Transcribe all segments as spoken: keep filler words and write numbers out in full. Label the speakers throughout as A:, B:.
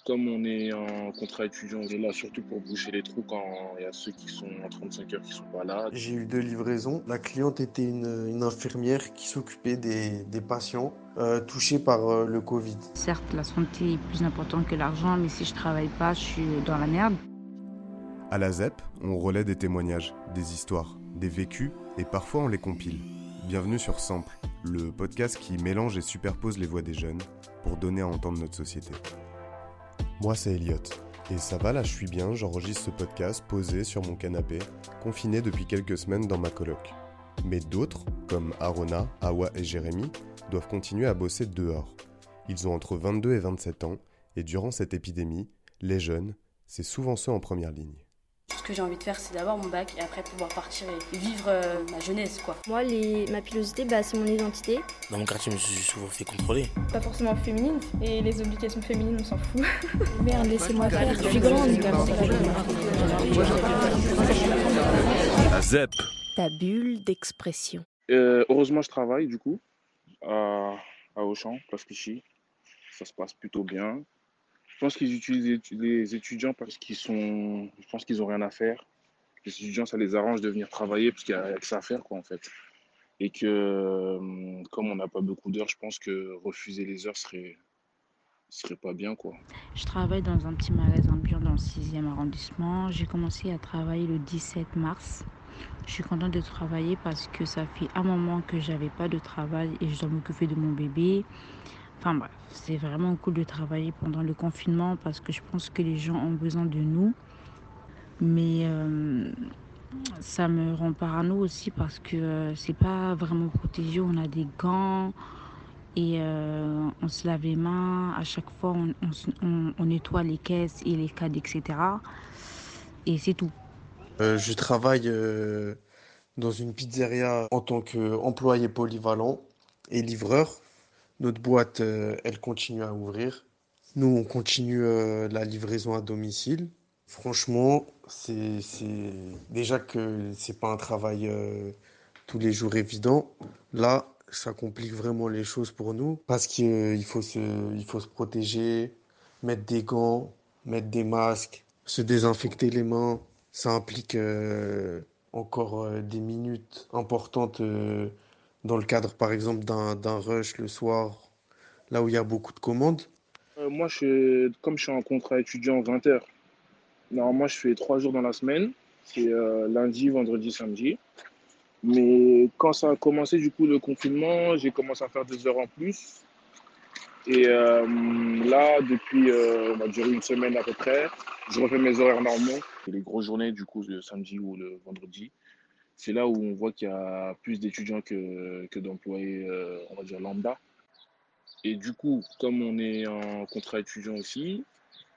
A: Comme on est en contrat étudiant, on est là surtout pour boucher les trous quand il y a ceux qui sont en trente-cinq heures qui sont pas là.
B: J'ai eu deux livraisons. La cliente était une, une infirmière qui s'occupait des, des patients euh, touchés par euh, le Covid.
C: Certes, la santé est plus importante que l'argent, mais si je travaille pas, je suis dans la merde.
D: À la Z E P, on relaie des témoignages, des histoires, des vécus et parfois on les compile. Bienvenue sur Sample, le podcast qui mélange et superpose les voix des jeunes pour donner à entendre notre société. Moi c'est Elliot, et ça va là je suis bien, j'enregistre ce podcast posé sur mon canapé, confiné depuis quelques semaines dans ma coloc. Mais d'autres, comme Arona, Awa et Jérémy, doivent continuer à bosser dehors. Ils ont entre vingt-deux et vingt-sept ans, et durant cette épidémie, les jeunes, c'est souvent ceux en première ligne.
E: Ce que j'ai envie de faire, c'est d'avoir mon bac et après pouvoir partir et vivre euh, ma jeunesse, quoi.
F: Moi, les... ma pilosité, bah, c'est mon identité.
G: Dans mon quartier, je me suis souvent fait contrôler.
H: Pas forcément féminine, et les obligations féminines, on s'en fout.
F: Merde, laissez-moi faire, je suis grande.
I: La Z E P.
F: Ta bulle d'expression.
A: Euh, heureusement, je travaille du coup à, à Auchan, place Clichy. Ça se passe plutôt bien. Je pense qu'ils utilisent les étu- les étudiants parce qu'ils sont, je pense qu'ils ont rien à faire. Les étudiants, ça les arrange de venir travailler parce qu'il y a, il y a que ça à faire, quoi, en fait. Et que, euh, comme on n'a pas beaucoup d'heures, je pense que refuser les heures serait, serait pas bien, quoi.
C: Je travaille dans un petit magasin bio dans le sixième arrondissement. J'ai commencé à travailler le dix-sept mars. Je suis contente de travailler parce que ça fait un moment que j'avais pas de travail et je dois m'occuper de mon bébé. Enfin bref, c'est vraiment cool de travailler pendant le confinement parce que je pense que les gens ont besoin de nous. Mais euh, ça me rend parano aussi parce que euh, c'est pas vraiment protégé. On a des gants et euh, on se lave les mains. À chaque fois, on, on se- on- on nettoie les caisses et les cadres, et cetera. Et c'est tout.
B: Euh, je travaille euh, dans une pizzeria en tant qu'employé polyvalent et livreur. Notre boîte, euh, elle continue à ouvrir. Nous, on continue euh, la livraison à domicile. Franchement, c'est, c'est déjà que c'est pas un travail euh, tous les jours évident. Là, ça complique vraiment les choses pour nous parce qu'il faut se, il faut se protéger, mettre des gants, mettre des masques, se désinfecter les mains. Ça implique euh, encore euh, des minutes importantes euh, dans le cadre, par exemple, d'un d'un rush le soir, là où il y a beaucoup de commandes.
A: Euh, moi, je, comme je suis en contrat étudiant vingt heures, normalement, je fais trois jours dans la semaine. C'est euh, lundi, vendredi, samedi. Mais quand ça a commencé, du coup, le confinement, j'ai commencé à faire des heures en plus. Et euh, là, depuis, euh, on va dire une semaine à peu près, je refais mes horaires normaux. Et les grosses journées, du coup, le samedi ou le vendredi, c'est là où on voit qu'il y a plus d'étudiants que, que d'employés, euh, on va dire, lambda. Et du coup, comme on est en contrat étudiant aussi,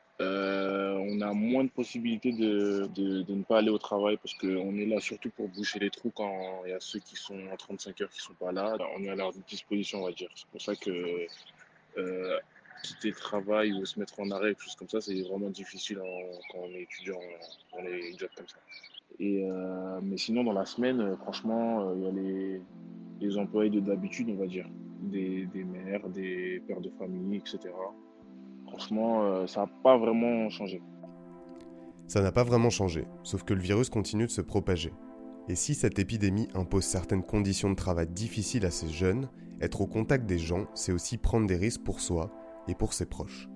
A: euh, on a moins de possibilités de, de, de ne pas aller au travail parce qu'on est là surtout pour boucher les trous quand il y a ceux qui sont en trente-cinq heures qui sont pas là. On est à leur disposition, on va dire. C'est pour ça que euh, quitter le travail ou se mettre en arrêt, quelque chose comme ça, c'est vraiment difficile en- quand on est étudiant dans les jobs comme ça. Et, euh, mais sinon, dans la semaine, euh, franchement, euh, il y a les, les employés de d'habitude, on va dire. Des, des mères, des pères de famille, et cetera. Franchement, euh, ça n'a pas vraiment changé.
D: Ça n'a pas vraiment changé, sauf que le virus continue de se propager. Et si cette épidémie impose certaines conditions de travail difficiles à ces jeunes, être au contact des gens, c'est aussi prendre des risques pour soi et pour ses proches.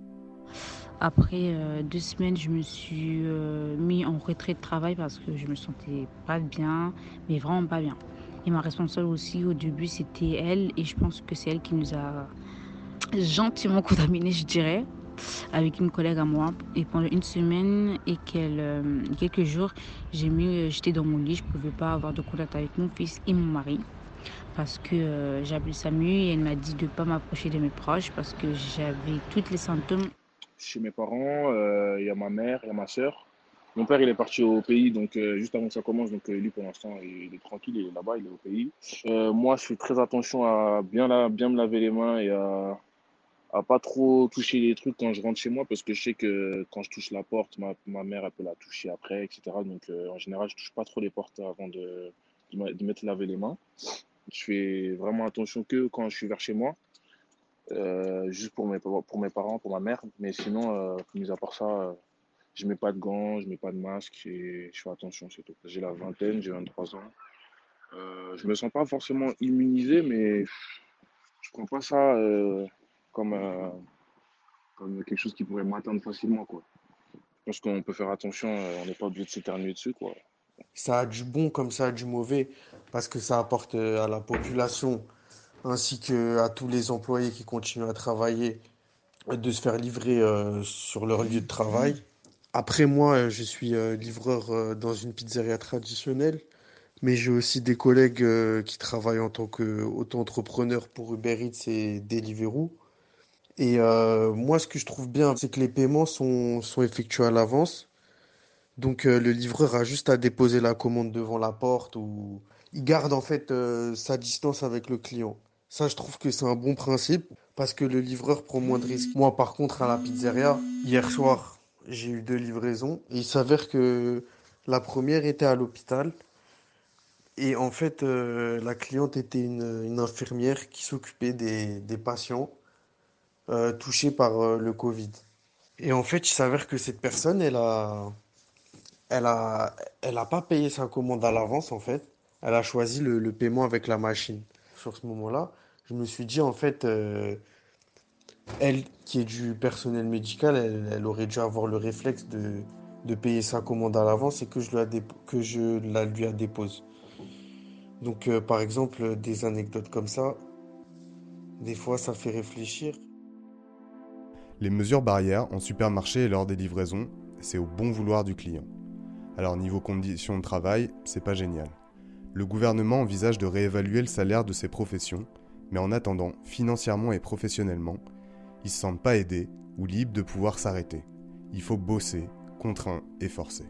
C: Après euh, deux semaines, je me suis euh, mis en retrait de travail parce que je me sentais pas bien, mais vraiment pas bien. Et ma responsable aussi, au début, c'était elle, et je pense que c'est elle qui nous a gentiment contaminés, je dirais, avec une collègue à moi. Et pendant une semaine et quel- euh, quelques jours, j'ai mis, euh, j'étais dans mon lit, je pouvais pas avoir de contact avec mon fils et mon mari parce que euh, j'ai appelé Samu et elle m'a dit de pas m'approcher de mes proches parce que j'avais tous les symptômes.
A: Chez mes parents, euh, il y a ma mère, il y a ma sœur. Mon père, il est parti au pays, donc euh, juste avant que ça commence. Donc euh, lui, pour l'instant, il, il est tranquille, il est là-bas, il est au pays. Euh, moi, je fais très attention à bien, la, bien me laver les mains et à, à pas trop toucher les trucs quand je rentre chez moi, parce que je sais que quand je touche la porte, ma, ma mère, elle peut la toucher après, et cetera. Donc euh, en général, je touche pas trop les portes avant de, de, me- de m'être lavé les mains. Je fais vraiment attention que quand je suis vers chez moi. euh, juste pour mes, pour mes parents, pour ma mère. Mais sinon, euh, mis à part ça, euh, je mets pas de gants, je mets pas de masque et je fais attention, c'est tout. J'ai la vingtaine, j'ai vingt-trois ans. Euh, je me sens pas forcément immunisé, mais je prends pas ça euh, comme, euh, comme quelque chose qui pourrait m'atteindre facilement, quoi. Je pense qu'on peut faire attention, euh, on n'est pas obligé de s'éternuer dessus, quoi.
B: Ça a du bon comme ça a du mauvais, parce que ça apporte euh, à la population ainsi que à tous les employés qui continuent à travailler euh, de se faire livrer euh, sur leur lieu de travail. Après moi, euh, je suis euh, livreur euh, dans une pizzeria traditionnelle, mais j'ai aussi des collègues euh, qui travaillent en tant qu'auto-entrepreneurs pour Uber Eats et Deliveroo. Et euh, moi, ce que je trouve bien, c'est que les paiements sont, sont effectués à l'avance. Donc euh, le livreur a juste à déposer la commande devant la porte ou il garde en fait euh, sa distance avec le client. Ça, je trouve que c'est un bon principe parce que le livreur prend moins de risques. Moi, par contre, à la pizzeria, hier soir, j'ai eu deux livraisons et il s'avère que la première était à l'hôpital et en fait, euh, la cliente était une, une infirmière qui s'occupait des, des patients euh, touchés par euh, le Covid. Et en fait, il s'avère que cette personne, elle a Elle a, elle a pas payé sa commande à l'avance, en fait. Elle a choisi le, le paiement avec la machine. Sur ce moment-là, je me suis dit, en fait, euh, elle, qui est du personnel médical, elle, elle aurait dû avoir le réflexe de, de payer sa commande à l'avance et que je, la dépo- que je la lui la dépose. Donc, euh, par exemple, des anecdotes comme ça, des fois, ça fait réfléchir.
D: Les mesures barrières en supermarché et lors des livraisons, c'est au bon vouloir du client. Alors niveau conditions de travail, c'est pas génial. Le gouvernement envisage de réévaluer le salaire de ces professions, mais en attendant, financièrement et professionnellement, ils se sentent pas aidés ou libres de pouvoir s'arrêter. Il faut bosser, contraint et forcé.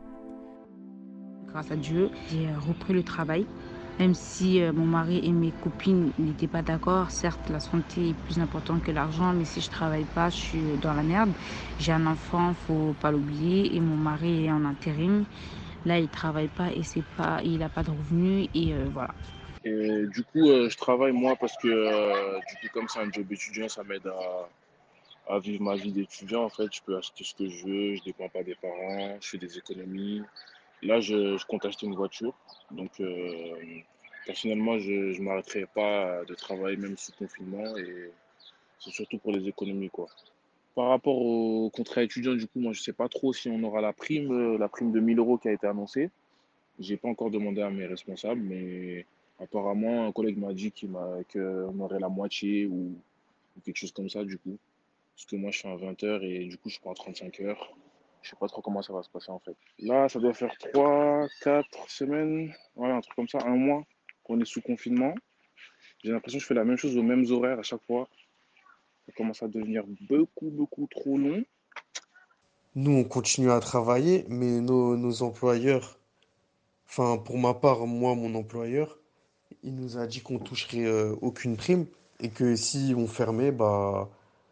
C: Grâce à Dieu, j'ai repris le travail. Même si euh, mon mari et mes copines n'étaient pas d'accord, certes la santé est plus importante que l'argent, mais si je travaille pas, je suis dans la merde. J'ai un enfant, faut pas l'oublier, et mon mari est en intérim. Là, il travaille pas et c'est pas, il a pas de revenus et euh, voilà.
A: Et du coup, euh, je travaille moi parce que euh, du coup, comme c'est un job étudiant, ça m'aide à, à vivre ma vie d'étudiant. En fait, je peux acheter ce que je veux, je dépends pas des parents, je fais des économies. Là, je, je compte acheter une voiture. Donc, euh, personnellement, je ne m'arrêterai pas de travailler même sous confinement et c'est surtout pour les économies, quoi. Par rapport au contrat étudiant, du coup, moi, je sais pas trop si on aura la prime, euh, la prime de mille euros qui a été annoncée. J'ai pas encore demandé à mes responsables, mais apparemment, un collègue m'a dit qu'il m'a, qu'on aurait la moitié ou, ou quelque chose comme ça, du coup. Parce que moi, je suis en vingt heures et du coup, je prends trente-cinq heures. Je sais pas trop comment ça va se passer, en fait. Là, ça doit faire trois, quatre semaines, ouais, un truc comme ça, un mois qu'on est sous confinement. J'ai l'impression que je fais la même chose aux mêmes horaires à chaque fois. Ça commence à devenir beaucoup, beaucoup trop long.
B: Nous, on continue à travailler, mais nos, nos employeurs, enfin, pour ma part, moi, mon employeur, il nous a dit qu'on toucherait euh, aucune prime et que si on fermait, bah,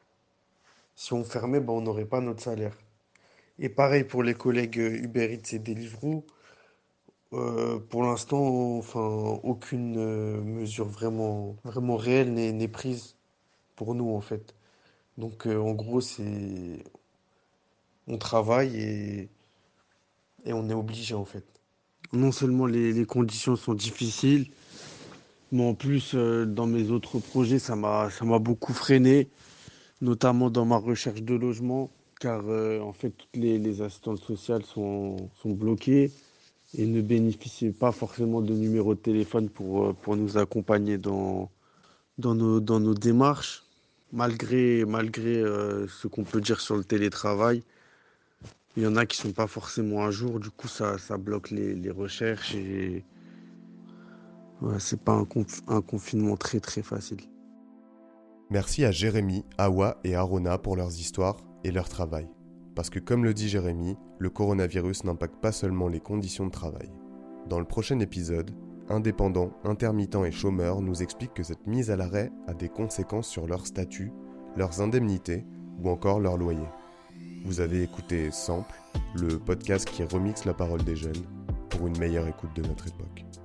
B: si on fermait, bah, on n'aurait pas notre salaire. Et pareil pour les collègues euh, Uber Eats et Deliveroo, euh, pour l'instant, enfin, aucune euh, mesure vraiment, vraiment réelle n'est n'est prise pour nous en fait. Donc euh, en gros, c'est, on travaille et, et on est obligé en fait. Non seulement les, les conditions sont difficiles, mais en plus, euh, dans mes autres projets, ça m'a, ça m'a beaucoup freiné, notamment dans ma recherche de logement, car euh, en fait, toutes les, les assistantes sociales sont, sont bloquées et ne bénéficient pas forcément de numéro de téléphone pour, euh, pour nous accompagner dans, dans nos, dans nos démarches. Malgré, malgré euh, ce qu'on peut dire sur le télétravail, il y en a qui sont pas forcément à jour, du coup ça, ça bloque les, les recherches et ouais, c'est pas un, conf- un confinement très très facile.
D: Merci à Jérémy, Awa et Arona pour leurs histoires et leur travail. Parce que comme le dit Jérémy, le coronavirus n'impacte pas seulement les conditions de travail. Dans le prochain épisode, indépendants, intermittents et chômeurs nous expliquent que cette mise à l'arrêt a des conséquences sur leur statut, leurs indemnités ou encore leur loyer. Vous avez écouté Sample, le podcast qui remixe la parole des jeunes pour une meilleure écoute de notre époque.